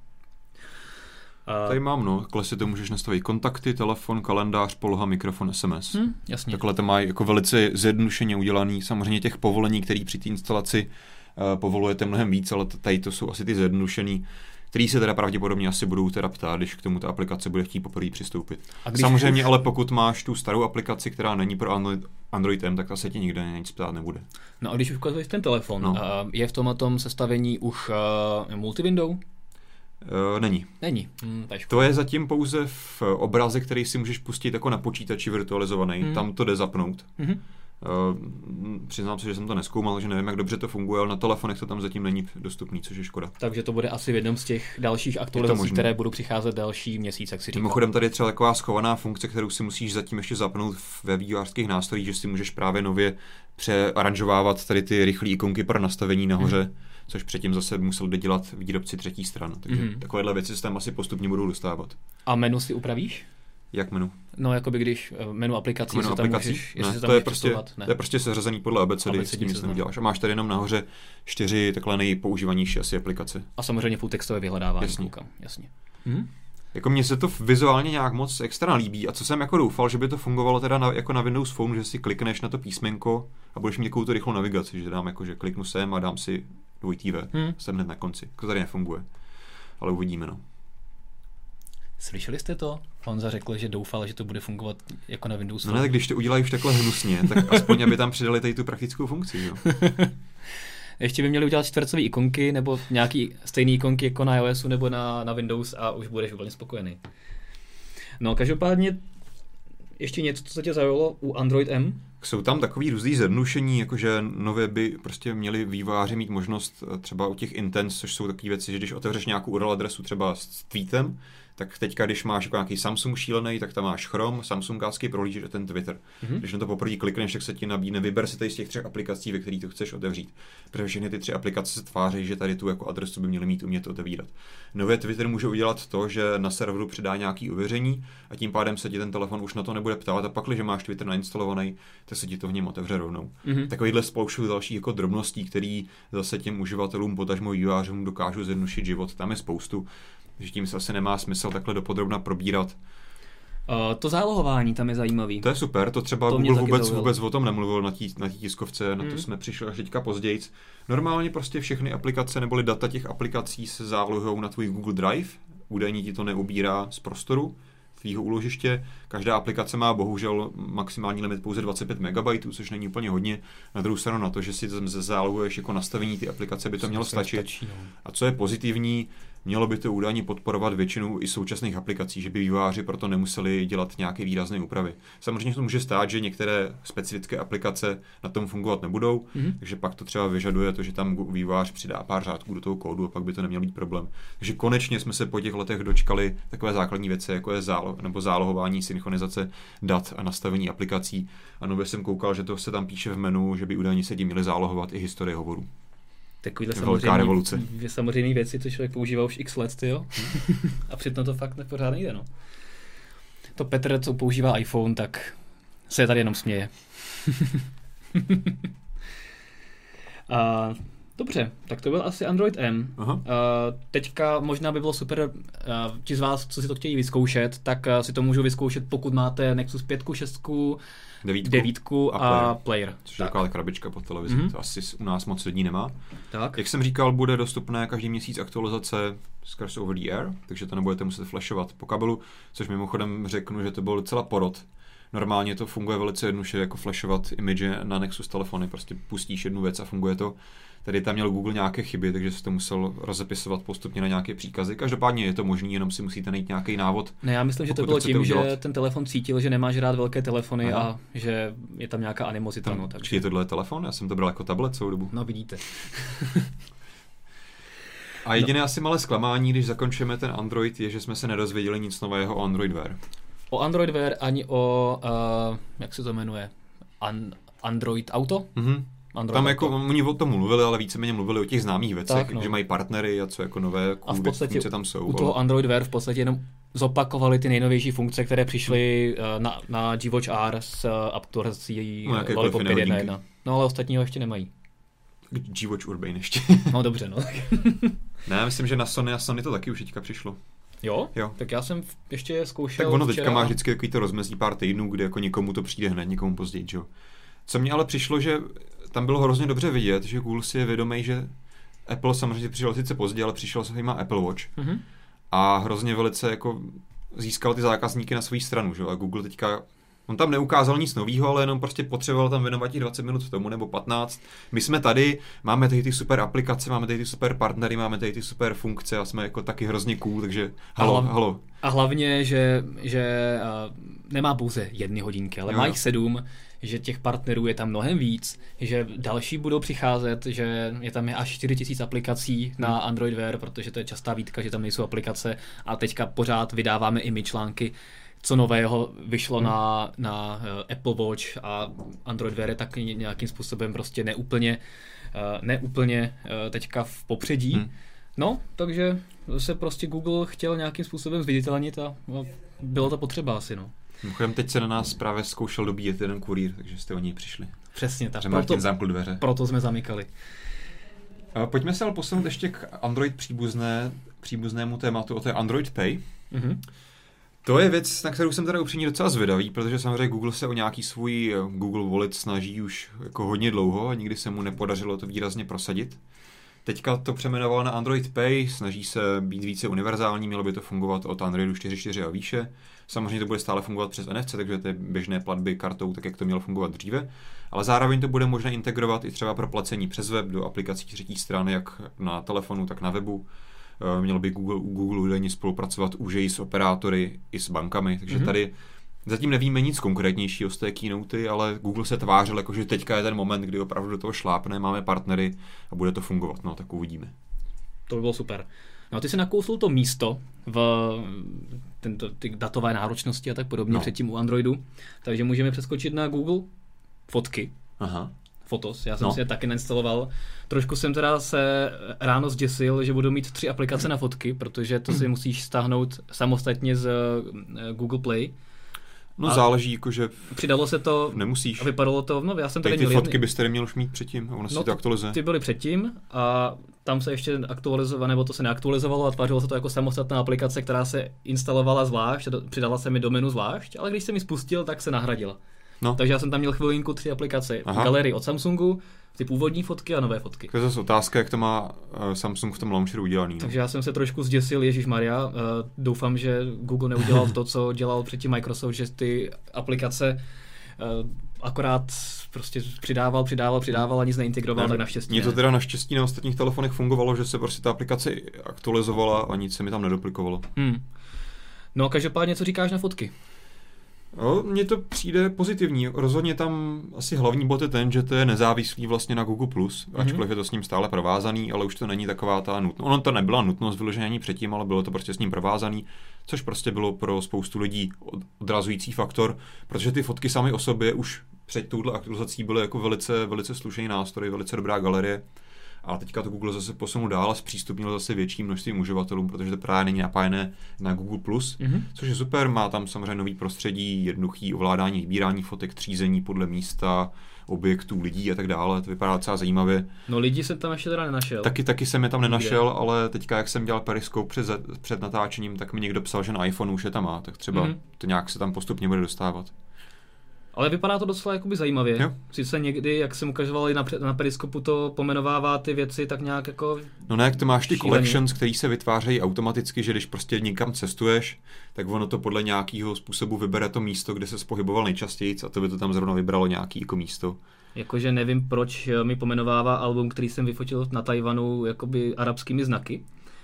Tady mám, takhle si to můžeš nastavit kontakty, telefon, kalendář, poloha, mikrofon, SMS. Jasně. Takhle to mají jako velice zjednodušeně udělaný. Samozřejmě těch povolení, které při té instalaci povolujete mnohem víc, ale tady to jsou asi ty zjednodušený, který se teda pravděpodobně asi budou teda ptát, když k tomu ta aplikace bude chtít poprvé přistoupit. Samozřejmě, ale pokud máš tu starou aplikaci, která není pro Android M, tak ta se ti nikde nic ptát nebude. No a když už ukazuješ ten telefon, je v tom sestavení už multi-window? Není. To je zatím pouze v obraze, který si můžeš pustit jako na počítači virtualizovaný. Tam to jde zapnout. Přiznám se, že jsem to nezkoumal, že nevím, jak dobře to funguje, ale na telefonech to tam zatím není dostupný, což je škoda. Takže to bude asi v jednom z těch dalších aktualizací, které budou přicházet další měsíc, jak si říkal. Mimochodem tady je třeba taková schovaná funkce, kterou si musíš zatím ještě zapnout ve vývojářských nástrojích, že si můžeš právě nově přearanžovávat tady ty rychlé ikonky pro nastavení nahoře, což předtím zase musel dodělat výrobci třetí stran. Takže takovéhle věci se tam asi postupně budou dostávat. A menu si upravíš? Jak menu? No, jakoby když menu aplikací, menu aplikací? To je prostě seřazený podle abecedy, s tím nic neuděláš. A máš tady jenom nahoře 4 takhle nejpoužívanější asi aplikace. A samozřejmě full textové vyhledávání. Jasně. Jako mně se to vizuálně nějak moc extra líbí a co jsem jako doufal, že by to fungovalo teda jako na Windows Phone, že si klikneš na to písmenko a budeš mít takovou tu rychlou navigaci, že dám jako, že kliknu sem a dám si 2TV. Jsem hned na konci. To tady nefunguje. Ale uvidíme, no. Slyšeli jste to? Honza řekl, že doufal, že to bude fungovat jako na Windows Phone. No ne, tak když to udělají už takhle hnusně, tak aspoň aby tam přidali tady tu praktickou funkci, jo. Ještě by měli udělat čtvercové ikonky nebo nějaký stejný ikonky jako na iOSu nebo na Windows a už budeš úplně spokojený. No, každopádně ještě něco, co se tě zaujalo u Android M? Jsou tam takový různý zjednodušení, jakože nově by prostě měli vývojáři mít možnost třeba u těch intents, což jsou takové věci, že když otevřeš nějakou URL adresu třeba s tweetem, tak teďka, když máš jako nějaký Samsung šílený, tak tam máš Chrome, Samsungský prohlížeč a ten Twitter. Když na to poprvé klikneš, tak se ti nabídne, vyber si tady z těch 3 aplikací, ve kterých to chceš otevřít. Protože všechny ty 3 aplikace se tváří, že tady tu jako adresu by měly mít umět otevírat. Nově Twitter může udělat to, že na serveru přidá nějaký ověření a tím pádem se ti ten telefon už na to nebude ptát a pak, když máš Twitter nainstalovaný, tak se ti to v něm otevře rovnou. Takovýhle spoustu dalších jako drobností, které zase těm uživatelům, potažmo vývojářům dokážou zjednodušit život. Tam je spoustu, že tím se asi nemá smysl takhle dopodrobna probírat. To zálohování tam je zajímavý. To je super, to třeba Google vůbec o tom nemluvil na té tiskovce, na to jsme přišli až teďka později. Normálně prostě všechny aplikace neboli data těch aplikací se zálohujou na tvůj Google Drive, údajně ti to neubírá z prostoru tvýho úložiště. Každá aplikace má bohužel maximální limit pouze 25 MB, což není úplně hodně. Na druhou stranu na to, že si zálohuješ jako nastavení ty aplikace, by to mělo stačit. A co je pozitivní, mělo by to údajně podporovat většinu i současných aplikací, že by vývojáři proto nemuseli dělat nějaké výrazné úpravy. Samozřejmě to může stát, že některé specifické aplikace na tom fungovat nebudou, takže pak to třeba vyžaduje to, že tam vývojář přidá pár řádků do toho kódu a pak by to neměl být problém. Takže konečně jsme se po těch letech dočkali takové základní věci, jako je zálohování, synchronizace dat a nastavení aplikací. A nově jsem koukal, že to se tam píše v menu, že by údajně se tím měly zálohovat i historie hovorů. Takovýhle samozřejmě věci, to člověk používá už x let, jo? A přitom to fakt nepořád nejde, no. To Petr, co používá iPhone, tak se tady jenom směje. Dobře, tak to byl asi Android M. Teďka možná by bylo super, ti z vás, co si to chtějí vyzkoušet, tak si to můžou vyzkoušet, pokud máte Nexus 5, 6, 9 a Player. Což je taková krabička pod televizi, to asi u nás moc lidí nemá. Tak. Jak jsem říkal, bude dostupné každý měsíc aktualizace skrz over the air, takže to nebudete muset flashovat po kabelu, což mimochodem řeknu, že to byl docela porod. Normálně to funguje velice jednoduše, jako flashovat image na Nexus telefony, prostě pustíš jednu věc a funguje to. Tady tam měl Google nějaké chyby, takže se to musel rozepisovat postupně na nějaké příkazy. Každopádně je to možný, jenom si musíte najít nějaký návod. Ne, já myslím, že to bylo tím, že ten telefon cítil, že nemáš rád velké telefony a že je tam nějaká animozita. No, takže... Je tohle telefon? Já jsem to bral jako tablet celou dobu. No vidíte. A jediné asi malé zklamání, když zakončíme ten Android, je, že jsme se nedozvěděli nic nového o Android Wear. O Android Wear ani o, jak se to jmenuje, Android Auto? Android tam jako oni o tom mluvili, ale víceméně mluvili o těch známých věcech, že mají partnery a co jako nové funkce tam jsou. U toho Android Wear v podstatě jenom zopakovali ty nejnovější funkce, které přišly na G-Watch R s aktualizací Lollipop 5.1.1. No ale ostatního ještě nemají. G-Watch Urbane ještě. No dobře, no. Ne, myslím, že na Sony to taky už teďka přišlo. Jo? Tak já jsem ještě zkoušel tak ono teďka má vždycky takový to rozmezí pár týdnů, kde jako někomu to přijde hned, někomu později, jo. Co mě ale přišlo, že tam bylo hrozně dobře vidět, že Google si je vědomý, že Apple samozřejmě přišel sice pozdě, ale přišel se má Apple Watch. A hrozně velice jako získal ty zákazníky na svou stranu, že? A Google teďka, on tam neukázal nic nového, ale jenom prostě potřeboval tam věnovat těch 20 minut tomu nebo 15. My jsme tady, máme tady ty super aplikace, máme tady ty super partnery, máme tady ty super funkce a jsme jako taky hrozně cool, takže halo. A hlavně, že nemá pouze 1 hodinky, ale má jich 7, že těch partnerů je tam mnohem víc, že další budou přicházet, že je tam až 4000 aplikací na Android Wear, protože to je častá výtka, že tam nejsou aplikace a teďka pořád vydáváme i my články, co nového vyšlo na Apple Watch a Android Wear je tak nějakým způsobem prostě neúplně teďka v popředí. No, takže se prostě Google chtěl nějakým způsobem zviditelnit a bylo to potřeba asi, no. Mimochodem, teď se na nás právě zkoušel dobíjet jeden kurýr, takže jste o něj přišli. Přesně tak. Martin zamkl dveře. Proto jsme zamykali. Pojďme se ale posunout ještě k Android příbuznému tématu, o té Android Pay. To je věc, na kterou jsem teda upřímně docela zvědavý, protože samozřejmě Google se o nějaký svůj Google Wallet snaží už jako hodně dlouho a nikdy se mu nepodařilo to výrazně prosadit. Teďka to přeměnoval na Android Pay, snaží se být více univerzální, mělo by to fungovat od Androidu 4.4 a výše. Samozřejmě to bude stále fungovat přes NFC, takže to je běžné platby kartou, tak jak to mělo fungovat dříve. Ale zároveň to bude možné integrovat i třeba pro placení přes web do aplikací třetích stran, jak na telefonu, tak na webu. Mělo by Google údajně spolupracovat úžeji s operátory i s bankami, takže tady zatím nevíme nic konkrétnějšího z té keynoty, ale Google se tvářil, jako že teďka je ten moment, kdy opravdu do toho šlápne, máme partnery a bude to fungovat, no tak uvidíme. To by bylo super. No ty si nakousl to místo v ty datové náročnosti a tak podobně předtím u Androidu, takže můžeme přeskočit na Google Fotky. Fotos, já jsem si je taky nainstaloval. Trošku jsem teda se ráno zděsil, že budu mít 3 aplikace na fotky, protože to si musíš stáhnout samostatně z Google Play. No záleží, jakože přidalo se to, nemusíš. A vypadalo to, no já jsem tady ty fotky byste tady měl už mít předtím, a ono si to aktualizuje. Ty byly předtím a tam se ještě aktualizovalo, nebo to se neaktualizovalo a tvářilo se to jako samostatná aplikace, která se instalovala zvlášť, přidala se mi do menu zvlášť, ale když jsem ji spustil, tak se nahradila. No. Takže já jsem tam měl chvilinku 3 aplikace. Galerii od Samsungu, ty původní fotky a nové fotky. To je zase otázka, jak to má Samsung v tom launcheru udělaný. No. Takže já jsem se trošku zděsil, ježišmarja. Doufám, že Google neudělal to, co dělal předtím Microsoft, že ty aplikace akorát prostě přidával a nic neintegroval, tak naštěstí Mně to teda naštěstí na ostatních telefonech fungovalo, že se prostě ta aplikace aktualizovala a nic se mi tam nedoplikovalo. No každopádně, co říkáš na fotky? No, mně to přijde pozitivní. Rozhodně tam asi hlavní bod je ten, že to je nezávislý vlastně na Google+, ačkoliv je to s ním stále provázaný, ale už to není taková ta nutnost. Ono to nebyla nutnost vyloženě ani předtím, ale bylo to prostě s ním provázaný, což prostě bylo pro spoustu lidí odrazující faktor, protože ty fotky samy o sobě už před touhle aktualizací byly jako velice slušný nástroj, velice dobrá galerie. Ale teďka to Google zase posunul dál a zpřístupnil zase větším množstvím uživatelům, protože to právě není napájené na Google+, což je super, má tam samozřejmě nový prostředí, jednoduchý ovládání, vybírání fotek, třízení podle místa, objektů, lidí a tak dále, to vypadá docela zajímavě. No lidi jsem tam ještě teda nenašel. Taky jsem je tam nenašel, ale teďka, jak jsem dělal Periscope před natáčením, tak mi někdo psal, že na iPhone už je tam má, tak třeba to nějak se tam postupně bude dostávat. Ale vypadá to docela jakoby zajímavě. Jo. Sice někdy, jak jsem ukazoval i na Periskopu, to pomenovává ty věci tak nějak jako... No ne, jak to máš ty collections, který se vytvářejí automaticky, že když prostě někam cestuješ, tak ono to podle nějakého způsobu vybere to místo, kde se pohyboval nejčastěji a to by to tam zrovna vybralo nějaký jako místo. Jakože nevím, proč mi pomenovává album, který jsem vyfotil na Tajvanu jakoby arabskými znaky.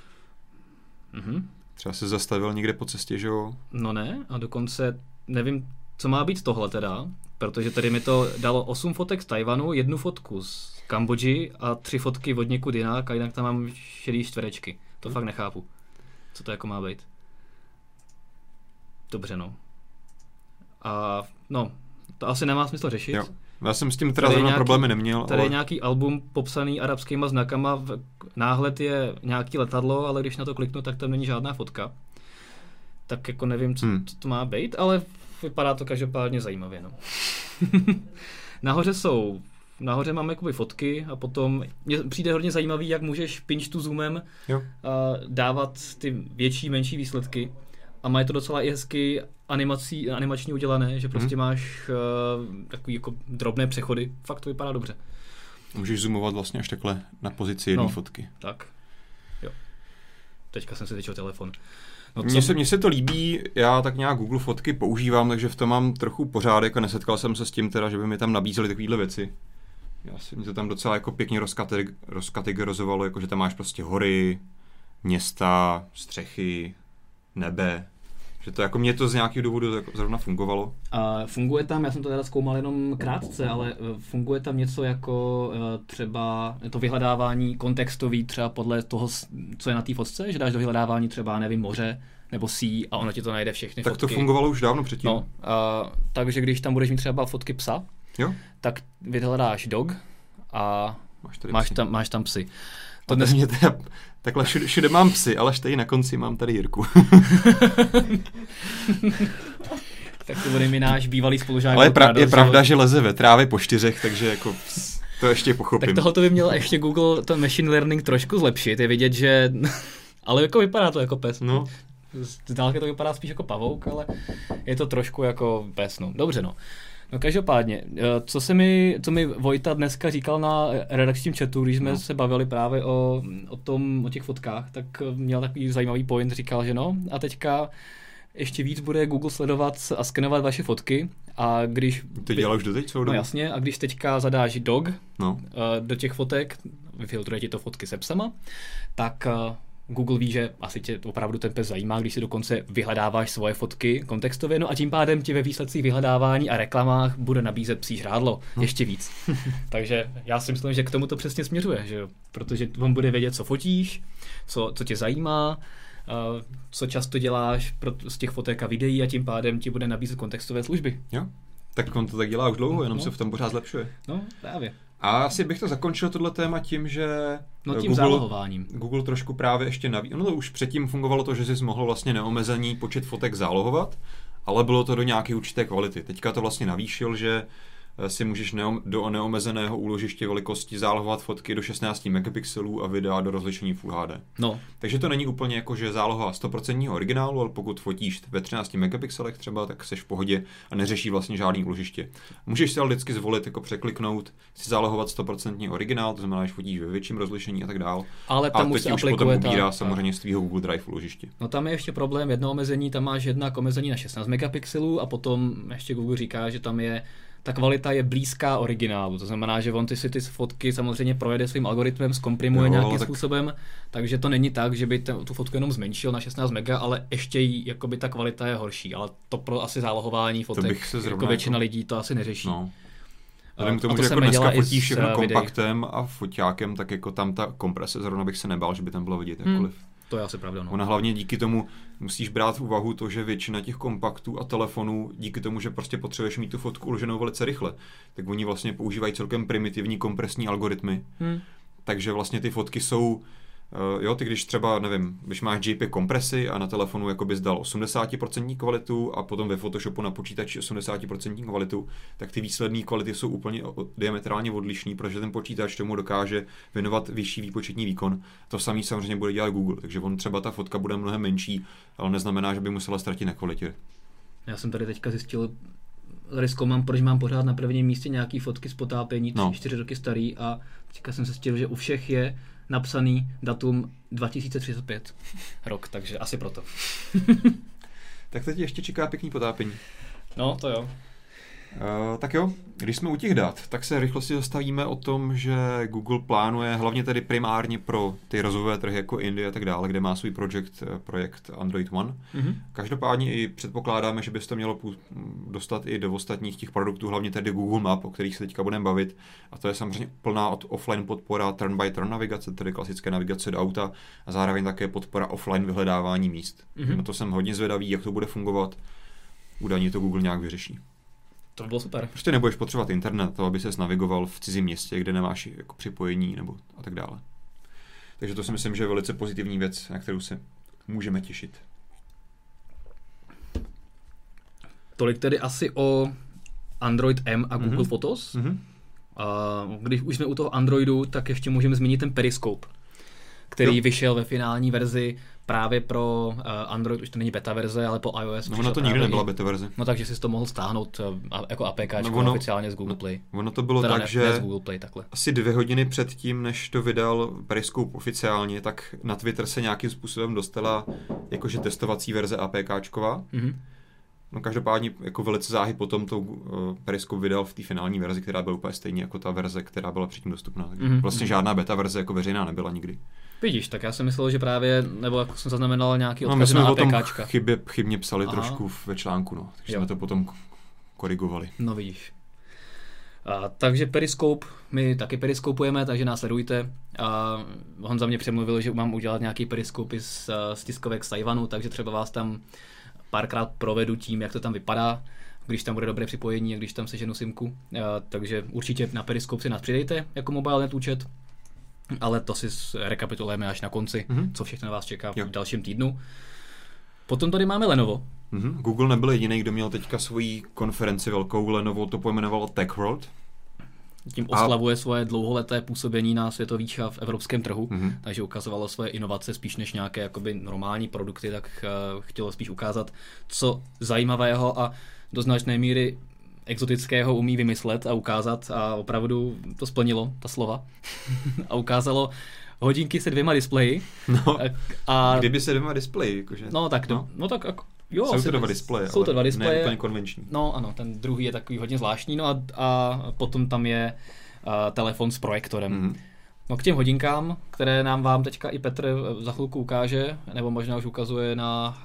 Třeba se zastavil někde po cestě, že jo? No ne, a dokonce nevím, co má být tohle teda, protože tady mi to dalo 8 fotek z Tajvanu, 1 fotku z Kambodži a 3 fotky od někud jinak a jinak tam mám šedý čtverečky. To fakt nechápu. Co to jako má být? Dobře, no. A no, to asi nemá smysl řešit. Jo. Já jsem s tím teda zrovna problémy neměl. Tady je nějaký album popsaný arabskýma znakama, náhled je nějaký letadlo, ale když na to kliknu, tak tam není žádná fotka. Tak jako nevím, co to má být, ale vypadá to každopádně zajímavě, no. Nahoře mám jakoby fotky a potom mně přijde hodně zajímavý, jak můžeš pinch to zoomem dávat ty větší, menší výsledky a má to docela i hezky animační udělané, že prostě máš takový jako drobné přechody. Fakt to vypadá dobře. Můžeš zoomovat vlastně až takhle na pozici jedné fotky. Tak, jo. Teďka jsem si tyčil telefon. No mně se to líbí, já tak nějak Google fotky používám, takže v tom mám trochu pořádek a nesetkal jsem se s tím teda, že by mi tam nabízeli takovýhle věci. Mě to tam docela jako pěkně rozkategorizovalo, jako že tam máš prostě hory, města, střechy, nebe. Že to jako mě to z nějakého důvodu zrovna fungovalo. A funguje tam, já jsem to teda zkoumal jenom krátce, ale funguje tam něco jako třeba to vyhledávání kontextový třeba podle toho, co je na té fotce, že dáš do vyhledávání třeba, nevím, moře nebo sea a ono ti to najde všechny tak fotky. Tak to fungovalo už dávno předtím. No, takže když tam budeš mít třeba fotky psa, tak vyhledáš dog a máš tam psy. To dnes mě teda, takhle všude mám psy, ale tady na konci mám tady Jirku. Tak to bude mi náš bývalý spolužák. Ale je pravda, že leze ve trávě po 4, takže jako to ještě pochopím. Tak tohoto by měl ještě Google to machine learning trošku zlepšit. Je vidět, že... ale jako vypadá to jako pes. No. Z dálky to vypadá spíš jako pavouk, ale je to trošku jako pes. No. Dobře, no. No každopádně, co mi Vojta dneska říkal na redakčním chatu, když jsme se bavili právě o těch fotkách, tak měl takový zajímavý point, říkal, že no a teďka ještě víc bude Google sledovat a skenovat vaše fotky a když... Ty děláš doteď celou dobu? No jasně, a když teďka zadáš dog do těch fotek, vyfiltruje ti to fotky se psama, tak... Google ví, že asi tě opravdu ten pes zajímá, když si dokonce vyhledáváš svoje fotky kontextově, no a tím pádem ti ve výsledcích vyhledávání a reklamách bude nabízet psí žrádlo ještě víc. Takže já si myslím, že k tomu to přesně směřuje, že jo? Protože on bude vědět, co fotíš, co tě zajímá, co často děláš z těch fotek a videí a tím pádem ti bude nabízet kontextové služby. Jo, tak on to tak dělá už dlouho, jenom se v tom pořád zlepšuje. No, právě. A asi bych to zakončil tohle téma tím, že tím zálohováním. Google trošku právě ještě ono to už předtím fungovalo to, že jsi mohl vlastně neomezený počet fotek zálohovat, ale bylo to do nějaké určité kvality. Teďka to vlastně navýšil, že si můžeš do neomezeného úložiště velikosti zálohovat fotky do 16 megapixelů a videa do rozlišení Full HD. No. Takže to není úplně jako, že záloha 100% originálu, ale pokud fotíš ve 13 megapixelech třeba, tak seš v pohodě a neřeší vlastně žádný úložiště. Můžeš si ale vždycky zvolit, jako překliknout, si zálohovat 100% originál, to znamená, že fotíš ve větším rozlišení a tak dál. Ale tam a to už potom ubírá samozřejmě z tvýho Google Drive úložiště. No tam je ještě problém, jedno omezení, tam máš jednak omezení na 16 megapixelů a potom ještě Google říká, že tam je ta kvalita je blízká originálu, to znamená, že on si ty fotky samozřejmě projede svým algoritmem, zkomprimuje nějakým způsobem, takže to není tak, že by tu fotku jenom zmenšil na 16 mega, ale ještě jakoby ta kvalita je horší, ale to pro asi zálohování fotek, jako většina lidí to asi neřeší. No. Vzhledem k tomu, že jako dneska fotíš všechno kompaktem a foťákem, tak jako tam ta komprese zrovna bych se nebál, že by tam bylo vidět jakkoliv. To je asi pravda. No. Ona hlavně díky tomu musíš brát v úvahu to, že většina těch kompaktů a telefonů, díky tomu, že prostě potřebuješ mít tu fotku uloženou velice rychle, tak oni vlastně používají celkem primitivní kompresní algoritmy. Takže vlastně ty fotky jsou, ty když třeba, nevím, když máš JPEG kompresi a na telefonu jako bys dal 80% kvalitu a potom ve Photoshopu na počítači 80% kvalitu, tak ty výsledné kvality jsou úplně diametrálně odlišný, protože ten počítač tomu dokáže věnovat vyšší výpočetní výkon. To samý samozřejmě bude dělat Google, takže on třeba ta fotka bude mnohem menší, ale neznamená, že by musela ztratit na kvalitě. Já jsem tady teďka zjistil, zkoumám, proč mám pořád na prvním místě nějaký fotky z potápění, 4 roky starý a teďka jsem zjistil, že u všech je napsaný datum 2035 rok, takže asi proto. Tak teď ještě čeká pěkný potápění. No, to jo. Tak jo, když jsme u těch dat, tak se rychle si zastavíme o tom, že Google plánuje hlavně tedy primárně pro ty rozvojové trhy jako Indie a tak dále, kde má svůj projekt Android One. Každopádně i předpokládáme, že by se to mělo dostat i do ostatních těch produktů, hlavně tedy Google Map, o kterých se teďka budeme bavit. A to je samozřejmě plná offline podpora turn-by-turn navigace, tedy klasické navigace do auta a zároveň také podpora offline vyhledávání míst. Na to jsem hodně zvědavý, jak to bude fungovat. Údajně to Google nějak vyřeší. To by bylo super. Prostě nebudeš potřebovat internet, aby ses navigoval v cizím městě, kde nemáš jako připojení nebo a tak dále. Takže to si myslím, že je velice pozitivní věc, na kterou se můžeme těšit. Tolik tedy asi o Android M a Google Photos. A když už jsme u toho Androidu, tak ještě můžeme zmínit ten Periscope, který vyšel ve finální verzi právě pro Android, už to není beta verze, ale po iOS. No ono to nikdy nebyla beta verze. No takže jsi to mohl stáhnout jako APK oficiálně z Google Play. Ono to bylo teda tak, že z Google Play, takhle. Asi 2 hodiny před tím, než to vydal Periscope oficiálně, tak na Twitter se nějakým způsobem dostala jakože testovací verze APKčková. No každopádně jako velice záhy potom to Periscope vydal v té finální verzi, která byla úplně stejně jako ta verze, která byla předtím dostupná. Takže vlastně žádná beta verze jako veřejná nebyla nikdy. Vidíš, tak já jsem myslel, že právě, nebo jako jsem zaznamenal nějaký odkaz na APKčka. My jsme chybně psali trošku ve článku, no, takže jsme to potom korigovali. No vidíš. Takže Periscope, my taky periskopujeme, takže nás sledujte. Honza mě přemluvil, že mám udělat nějaký periskopy z tiskovek z Tajvanu, takže třeba vás tam párkrát provedu tím, jak to tam vypadá, když tam bude dobré připojení a když tam seženu simku. Takže určitě na Periscope si nás přidejte jako MobileNet účet, ale to si rekapitulujeme až na konci, co všechno vás čeká v dalším týdnu. Potom tady máme Lenovo. Google nebyl jediný, kdo měl teďka svoji konferenci velkou. Lenovo to pojmenovalo Tech World. Tím oslavuje svoje dlouholeté působení na světový a v evropském trhu, takže ukazovalo svoje inovace spíš než nějaké jakoby normální produkty, tak chtělo spíš ukázat, co zajímavého a do značné míry exotického umí vymyslet a ukázat a opravdu to splnilo, ta slova. A ukázalo hodinky se 2 displeji. No, kdyby se 2 displeji, jakože. No tak, no tak jako, jo. Jsou to 2 displeje, jsou to 2 displeje. Ne úplně konvenční. No ano, ten druhý je takový hodně zvláštní, no a potom tam je telefon s projektorem. No k těm hodinkám, které vám teďka i Petr za chvilku ukáže, nebo možná už ukazuje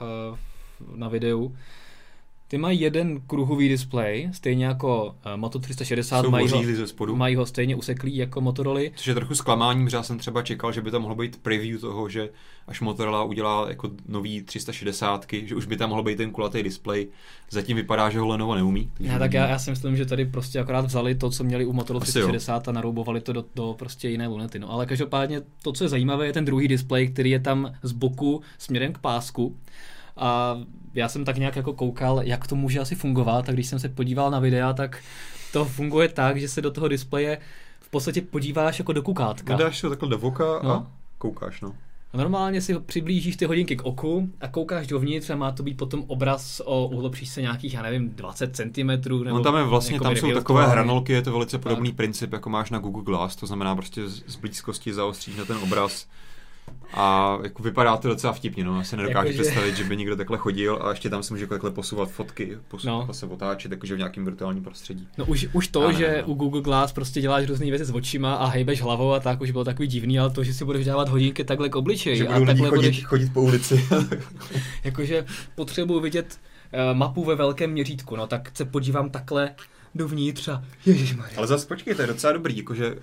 na videu, ty mají jeden kruhový displej, stejně jako Moto 360, mají ho stejně useklý jako Motorola. Což je trochu zklamáním, že já jsem třeba čekal, že by tam mohlo být preview toho, že až Motorola udělá jako nový 360, že už by tam mohlo být ten kulatý displej. Zatím vypadá, že ho Lenovo neumí. Já si myslím, že tady prostě akorát vzali to, co měli u Motorola 360 a naroubovali to do prostě jiné lunety. No, ale každopádně to, co je zajímavé, je ten druhý displej, který je tam z boku směrem k pásku. a já jsem tak nějak jako koukal, jak to může asi fungovat, a když jsem se podíval na videa, tak to funguje tak, že se do toho displeje v podstatě podíváš jako do kukátka. Dáš se takhle do voka a koukáš, no. A normálně si přiblížíš ty hodinky k oku a koukáš dovnitř a má to být potom obraz o uhlopříčce nějakých, já nevím, 20 cm. No tam je vlastně, tam jsou takové hranolky, je to velice podobný princip, jako máš na Google Glass, to znamená prostě z blízkosti zaostříš na ten obraz. A jako vypadá to docela vtipně, no. Já si nedokážu představit, že by někdo takhle chodil a ještě tam si může takhle posouvat fotky, se otáčet, jakože v nějakém virtuálním prostředí. No už to, že u Google Glass prostě děláš různé věci s očima a hejbeš hlavou a tak, už bylo takový divný, ale to, že si budeš dávat hodinky takhle k obličeji. Že budou lidi chodit po ulici. Jakože potřebuji vidět mapu ve velkém měřítku, no tak se podívám takhle dovnitř a ježišmarja. Ale zase počkej, to je docela dobrý, jakože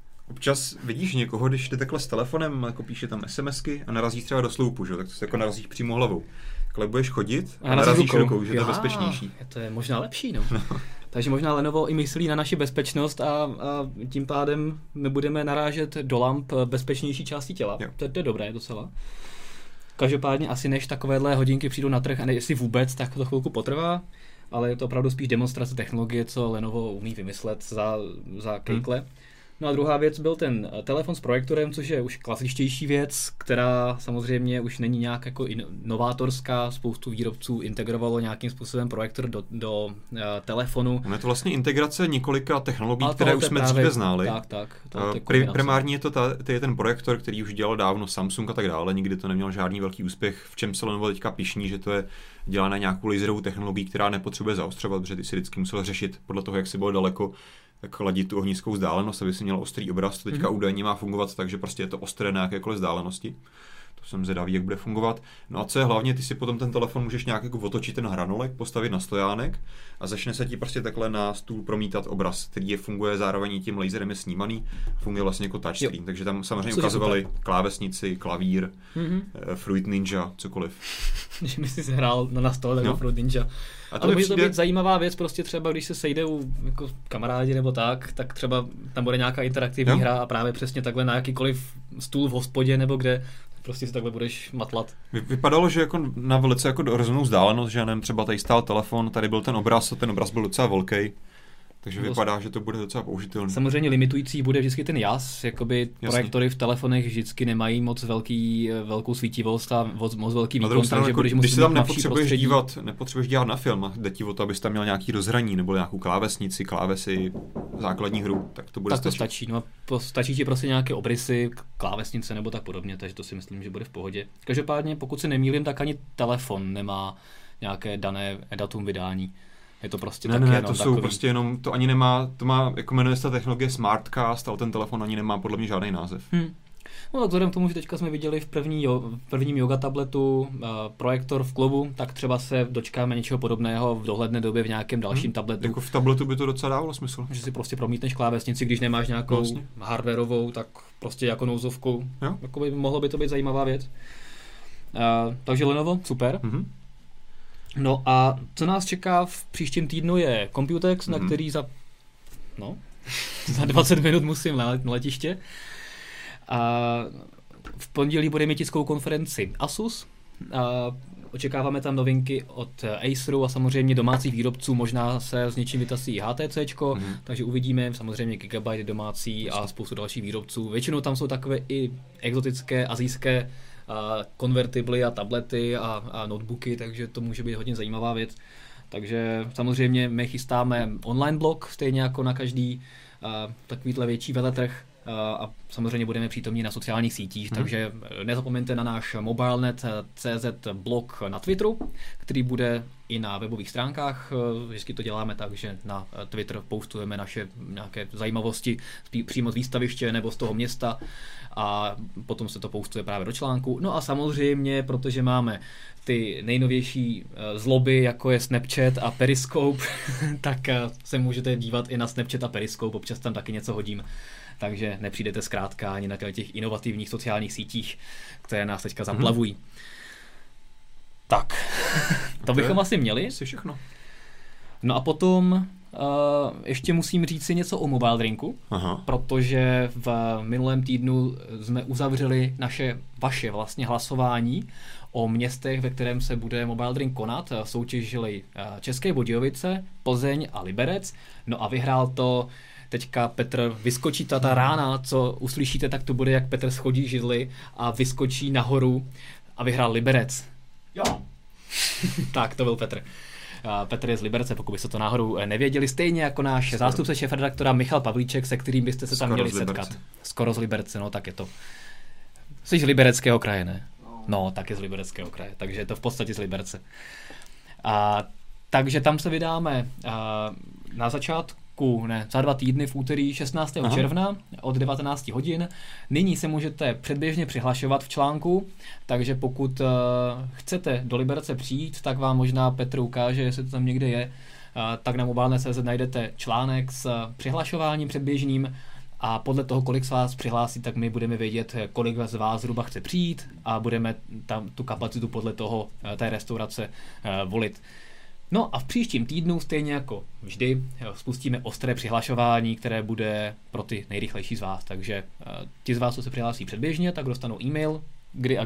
občas vidíš někoho, když jde takhle s telefonem, jako píše tam SMSky a narazíš třeba do sloupu, že? Tak to se jako narazíš přímo hlavou. Takhle budeš chodit a narazíš rukou, že to je bezpečnější. To je možná lepší, no. Takže možná Lenovo i myslí na naši bezpečnost a tím pádem my budeme narážet do lamp bezpečnější části těla. To je dobré docela. Každopádně asi než takovéhle hodinky přijdou na trh, a jestli vůbec, tak to chvilku potrvá, ale je to opravdu spíš demonstrace technologie, co Lenovo umí vymyslet za kejkle. No a druhá věc byl ten telefon s projektorem, což je už klasičtější věc, která samozřejmě už není nějak jako novátorská. Spoustu výrobců integrovalo nějakým způsobem projektor do telefonu. Je to vlastně integrace několika technologií, které už jsme dříve znali. Tak. Primárně je to je ten projektor, který už dělal dávno Samsung a tak dále. Nikdy to neměl žádný velký úspěch, v čem se Lenovo teďka pyšní, že to je dělá na nějakou laserovou technologii, která nepotřebuje zaostřovat, protože ty si vždycky musel řešit podle toho, jak si bylo daleko, tak ladit tu ohniskou vzdálenost, aby si měl ostrý obraz. To teďka údajně má fungovat tak, že prostě je to ostré na jakékoliv vzdálenosti. To jsem zvědavý, jak bude fungovat. No a co je hlavně, ty si potom ten telefon můžeš nějak jako otočit ten hranolek, postavit na stojánek a začne se ti prostě takhle na stůl promítat obraz, který funguje zároveň tím laserem je snímaný, funguje vlastně jako touchscreen. Takže tam samozřejmě ukazovali klávesnici, klavír, Fruit Ninja, cokoliv. Když mi si hrál na stole jako Fruit Ninja. A to může to být zajímavá věc, prostě třeba když se sejdou jako kamarádi nebo tak třeba tam bude nějaká interaktivní hra a právě přesně takhle na jakýkoliv stůl v hospodě nebo kde prostě si takhle budeš matlat. Vypadalo, že jako na velice jako rozumnou vzdálenost, že nevím, třeba tady stál telefon, tady byl ten obraz a ten obraz byl docela velký. Takže vypadá, že to bude docela použitelné. Samozřejmě limitující bude vždycky ten jas, jakoby projektory v telefonech vždycky nemají moc velkou svítivost a moc velký výkon, takže budeš muset když se tam nepotřebuješ dívat na film a jde ti o to, abys tam měl nějaký rozhraní nebo nějakou klávesnici, klávesy, základní hru, tak to bude stačit. Tak to stačí, no a stačí ti prostě nějaké obrysy, klávesnice nebo tak podobně, takže to si myslím, že bude v pohodě. Každopádně, pokud se nemýlím, tak ani telefon nemá nějaké dané datum vydání. Je to prostě ne, to jsou takový... prostě jenom, to ani nemá, to má, jako jmenuje se ta technologie Smartcast, ale ten telefon ani nemá podle mě žádný název. No tak vzhledem k tomu, že teďka jsme viděli v prvním yoga tabletu projektor v klubu, tak třeba se dočkáme něčeho podobného v dohledné době v nějakém dalším tabletu. Jako v tabletu by to docela dávalo smysl. Že si prostě promítneš klávesnici, když nemáš nějakou hardwareovou, tak prostě jako nouzovku. Jakoby, mohlo by to být zajímavá věc. Takže Lenovo, super. No a co nás čeká v příštím týdnu je Computex, na který za 20 minut musím na letiště. A v pondělí bude mít tiskovou konferenci Asus. Očekáváme tam novinky od Aceru a samozřejmě domácích výrobců, možná se s něčím vytasí i HTCčko, takže uvidíme samozřejmě Gigabyte domácí a spoustu dalších výrobců. Většinou tam jsou takové i exotické asijské konvertibly a tablety a notebooky, takže to může být hodně zajímavá věc. Takže samozřejmě my chystáme online blog, stejně jako na každý takovýhle větší veletrh a samozřejmě budeme přítomní na sociálních sítích, takže nezapomeňte na náš mobilenet.cz blog na Twitteru, který bude i na webových stránkách. Vždycky to děláme tak, že na Twitter postujeme naše nějaké zajímavosti přímo z výstaviště nebo z toho města a potom se to postuje právě do článku. No a samozřejmě, protože máme ty nejnovější zloby, jako je Snapchat a Periscope, tak se můžete dívat i na Snapchat a Periscope, občas tam taky něco hodím. Takže nepřijdete zkrátka ani na těch inovativních sociálních sítích, které nás teďka zaplavují. Tak, to bychom asi měli. Asi všechno. No a potom ještě musím říct si něco o Mobile Drinku, protože v minulém týdnu jsme uzavřeli vaše vlastně hlasování o městech, ve kterém se bude Mobile Drink konat. Soutěžili České Budějovice, Plzeň a Liberec. No a vyhrál to teďka Petr. Vyskočí ta rána, co uslyšíte, tak to bude, jak Petr schodí židli a vyskočí nahoru a vyhrál Liberec. Jo. Tak, to byl Petr. Petr je z Liberce, pokud byste to náhodou nevěděli, stejně jako náš zástupce šéfredaktora Michal Pavlíček, se kterým byste se tam měli setkat. Skoro z Liberce, no tak je to. Jsi z Libereckého kraje, ne? No, tak je z Libereckého kraje, takže je to v podstatě z Liberce. Takže tam se vydáme na za 2 týdny v úterý 16. června od 19 hodin. Nyní se můžete předběžně přihlašovat v článku, takže pokud chcete do Liberce přijít, tak vám možná Petr ukáže, jestli to tam někde je, tak na mobilne.cz najdete článek s přihlašováním předběžným a podle toho, kolik z vás přihlásí, tak my budeme vědět, kolik z vás zhruba chce přijít a budeme tam tu kapacitu podle toho té restaurace volit. No a v příštím týdnu, stejně jako vždy, spustíme ostré přihlašování, které bude pro ty nejrychlejší z vás. Takže ti z vás, co se přihlásí předběžně, tak dostanou e-mail, kdy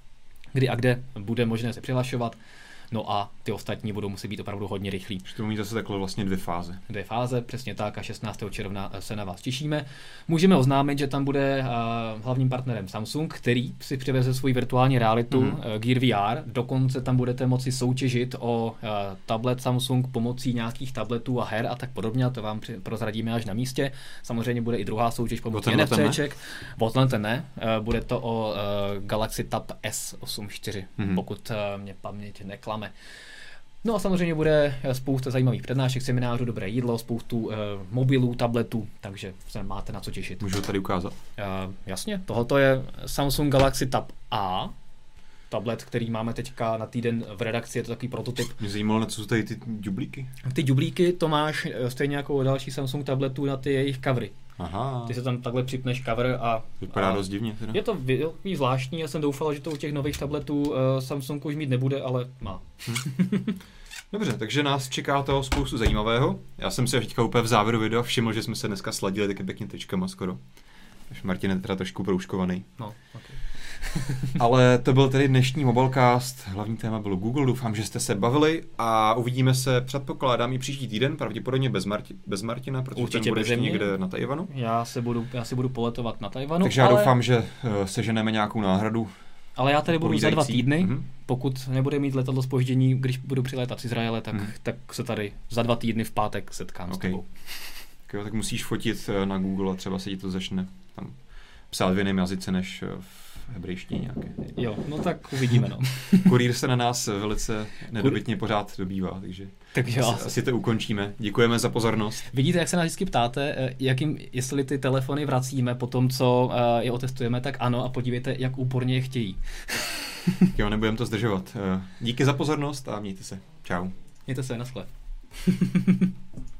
a kde bude možné se přihlašovat. No a ty ostatní budou muset být opravdu hodně rychlí. To mít zase takhle vlastně 2 fáze. 2 fáze, přesně tak, a 16. června se na vás těšíme. Můžeme oznámit, že tam bude hlavním partnerem Samsung, který si přiveze svou virtuální realitu Gear VR. Dokonce tam budete moci soutěžit o tablet Samsung pomocí nějakých tabletů a her a tak podobně, a to vám prozradíme až na místě. Samozřejmě bude i druhá soutěž pomocí NFCček. Tenhle ne. Bude to o Galaxy Tab S8 IV, pokud mě paměť neklame. No a samozřejmě bude spousta zajímavých přednášek, seminářů, dobré jídlo, spoustu mobilů, tabletů, takže se máte na co těšit. Můžu tady ukázat? Jasně, tohoto je Samsung Galaxy Tab A, tablet, který máme teďka na týden v redakci, je to takový prototyp. Mě zajímalo, na co jsou tady ty dublíky? Ty dublíky to máš stejně jako u další Samsung tabletů na ty jejich covery. Aha. Ty se tam takhle připneš cover a... Vypadá dost divně. Teda. Je to takový zvláštní, já jsem doufal, že to u těch nových tabletů Samsung už mít nebude, ale má. Dobře, takže nás čeká toho spoustu zajímavého. Já jsem si teďka úplně v závěru videa všiml, že jsme se dneska sladili taky pěkně tečkama skoro. Až Martin je teda trošku proužkovaný. No, okay. Ale to byl tedy dnešní Mobilecast. Hlavní téma bylo Google. Doufám, že jste se bavili a uvidíme se, předpokládám, i příští týden, pravděpodobně bez Martina, protože ten bude ještě někde na Tajvanu. Já si budu poletovat na Tajvanu. Takže já doufám, že seženeme nějakou náhradu. Ale já tady budu za 2 týdny, pokud nebude mít letadlo zpoždění, když budu přilétat z Izraele, tak se tady za 2 týdny v pátek setkám s tebou. Tak musíš fotit na Google a třeba se ti to začne tam psát v jiném jazyce než v hebrejštině nějaké. Jo, no tak uvidíme, no. Kurýr se na nás velice nedobytně pořád dobývá, takže asi to ukončíme. Děkujeme za pozornost. Vidíte, jak se nás vždycky ptáte, jestli ty telefony vracíme po tom, co je otestujeme, tak ano, a podívejte, jak úporně je chtějí. Jo, nebudeme to zdržovat. Díky za pozornost a mějte se. Čau. Mějte se, naschle.